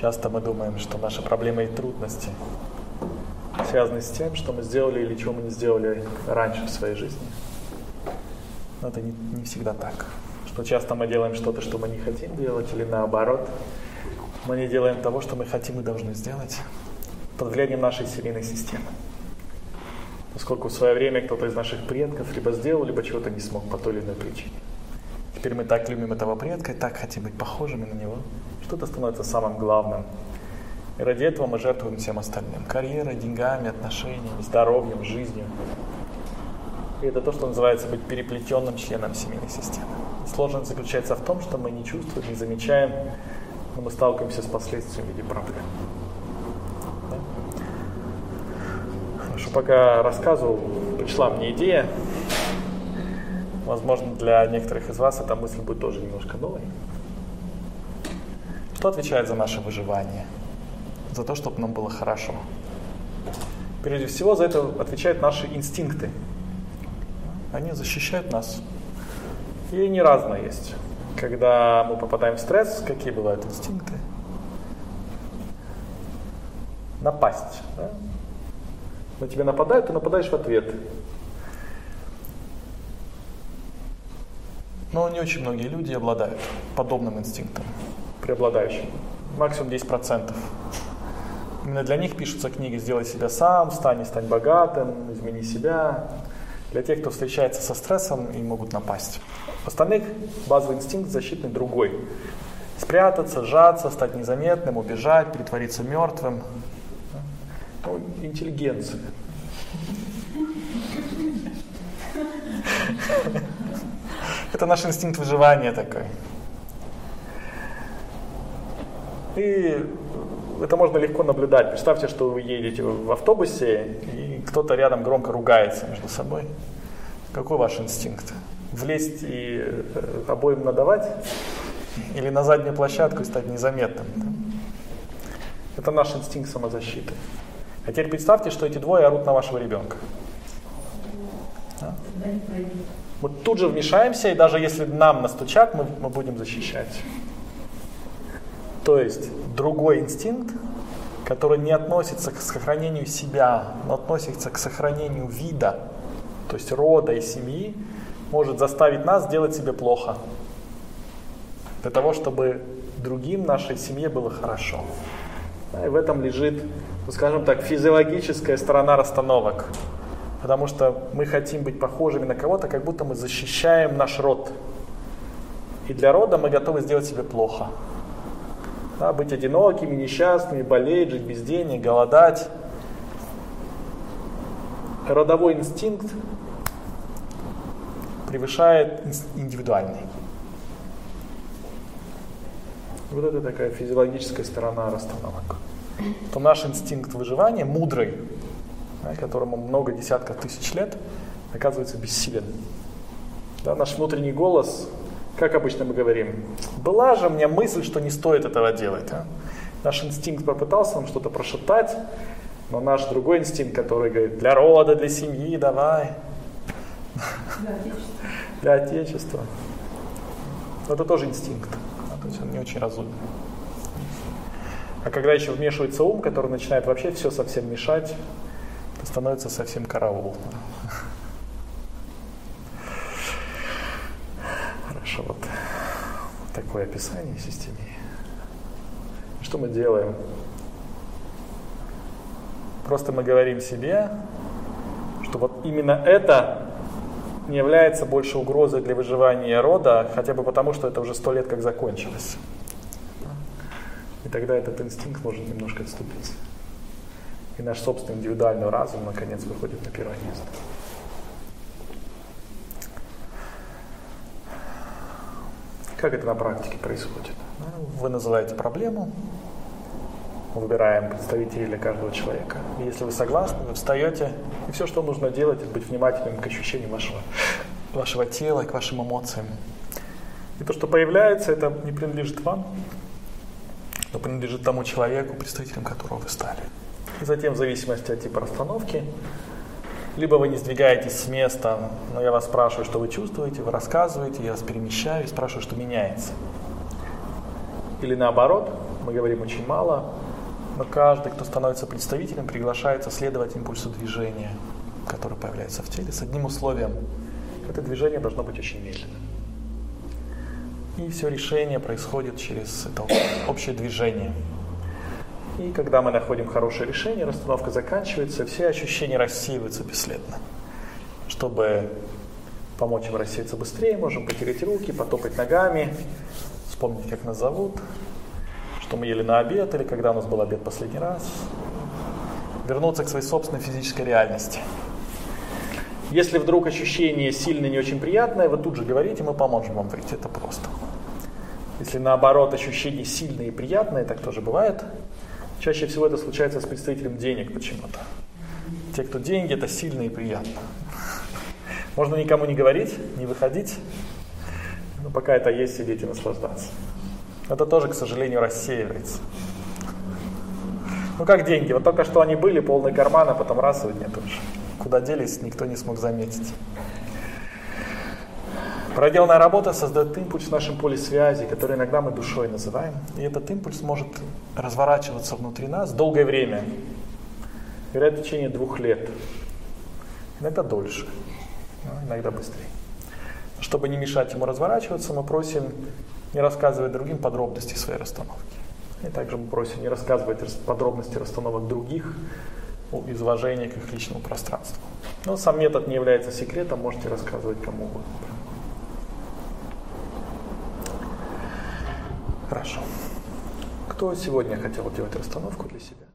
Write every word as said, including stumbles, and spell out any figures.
Часто мы думаем, что наши проблемы и трудности связаны с тем, что мы сделали или чего мы не сделали раньше в своей жизни. Но это не, не всегда так. Что часто мы делаем что-то, что мы не хотим делать, или наоборот, мы не делаем того, что мы хотим и должны сделать под влиянием нашей семейной системы. Поскольку в свое время кто-то из наших предков либо сделал, либо чего-то не смог по той или иной причине. Теперь мы так любим этого предка и так хотим быть похожими на него, что это становится самым главным. И ради этого мы жертвуем всем остальным. Карьерой, деньгами, отношениями, здоровьем, жизнью. И это то, что называется быть переплетенным членом семейной системы. Сложность заключается в том, что мы не чувствуем, не замечаем, но мы сталкиваемся с последствиями в виде проблем. Да? Хорошо, пока рассказывал, пришла мне идея. Возможно, для некоторых из вас эта мысль будет тоже немножко новой. Что отвечает за наше выживание? За то, чтобы нам было хорошо? Прежде всего, за это отвечают наши инстинкты. Они защищают нас. И они разные есть. Когда мы попадаем в стресс, какие бывают инстинкты? Напасть. Да? На тебя нападают, ты нападаешь в ответ. Но не очень многие люди обладают подобным инстинктом, преобладающим. Максимум десять процентов. Именно для них пишутся книги «Сделай себя сам», «Стань и стань богатым», «Измени себя». Для тех, кто встречается со стрессом, и могут напасть. У остальных базовый инстинкт защитный другой. Спрятаться, сжаться, стать незаметным, убежать, притвориться мертвым. Ну, интеллигенция. Это наш инстинкт выживания такой. И это можно легко наблюдать. Представьте, что вы едете в автобусе, и кто-то рядом громко ругается между собой. Какой ваш инстинкт? Влезть и обоим надавать? Или на заднюю площадку и стать незаметным? Это наш инстинкт самозащиты. А теперь представьте, что эти двое орут на вашего ребенка. Да? Мы тут же вмешаемся, и даже если нам настучат, мы, мы будем защищать. То есть другой инстинкт, который не относится к сохранению себя, но относится к сохранению вида, то есть рода и семьи, может заставить нас делать себе плохо. Для того, чтобы другим нашей семье было хорошо. И в этом лежит, ну, скажем так, физиологическая сторона расстановок. Потому что мы хотим быть похожими на кого-то, как будто мы защищаем наш род. И для рода мы готовы сделать себе плохо. Да, быть одинокими, несчастными, болеть, жить без денег, голодать. Родовой инстинкт превышает индивидуальный. Вот это такая физиологическая сторона расстановок. То наш инстинкт выживания, мудрый, которому много десятков тысяч лет, оказывается бессилен. Да, наш внутренний голос, как обычно мы говорим, была же у меня мысль, что не стоит этого делать. А? Наш инстинкт попытался нам что-то прошептать, но наш другой инстинкт, который говорит, для рода, для семьи, давай. Для отечества. Для отечества. Это тоже инстинкт. То есть он не очень разумен. А когда еще вмешивается ум, который начинает вообще все совсем мешать, то становится совсем караул. Хорошо, вот такое описание системии. Что мы делаем? Просто мы говорим себе, что вот именно это не является больше угрозой для выживания рода, хотя бы потому, что это уже сто лет как закончилось. И тогда этот инстинкт может немножко отступить. И наш собственный индивидуальный разум наконец выходит на первое место. Как это на практике происходит? Вы называете проблему, мы выбираем представителей для каждого человека. И если вы согласны, вы встаете, и все, что нужно делать, это быть внимательным к ощущениям вашего, вашего тела, к вашим эмоциям. И то, что появляется, это не принадлежит вам, но принадлежит тому человеку, представителем которого вы стали. И затем, в зависимости от типа расстановки, либо вы не сдвигаетесь с места, но я вас спрашиваю, что вы чувствуете, вы рассказываете, я вас перемещаю и спрашиваю, что меняется. Или наоборот, мы говорим очень мало, но каждый, кто становится представителем, приглашается следовать импульсу движения, который появляется в теле, с одним условием. Это движение должно быть очень медленным. И все решение происходит через это общее движение. И когда мы находим хорошее решение, расстановка заканчивается, все ощущения рассеиваются бесследно. Чтобы помочь им рассеяться быстрее, можем потереть руки, потопать ногами, вспомнить, как нас зовут, что мы ели на обед или когда у нас был обед последний раз. Вернуться к своей собственной физической реальности. Если вдруг ощущение сильное, не очень приятное, вы тут же говорите, мы поможем вам выйти, это просто. Если наоборот ощущение сильное и приятное, так тоже бывает, чаще всего это случается с представителем денег почему-то. Те, кто деньги, это сильно и приятно. Можно никому не говорить, не выходить, но пока это есть, сидеть и наслаждаться. Это тоже, к сожалению, рассеивается. Ну как деньги, вот только что они были, полный карман, а потом раз и нет уже. Куда делись, никто не смог заметить. Проделанная работа создает импульс в нашем поле связи, который иногда мы душой называем. И этот импульс может разворачиваться внутри нас долгое время. Вероятно, в течение двух лет. Иногда дольше, но иногда быстрее. Чтобы не мешать ему разворачиваться, мы просим не рассказывать другим подробности своей расстановки. И также мы просим не рассказывать подробности расстановок других, из уважения к их личному пространству. Но сам метод не является секретом, можете рассказывать кому угодно. Хорошо. Кто сегодня хотел делать расстановку для себя?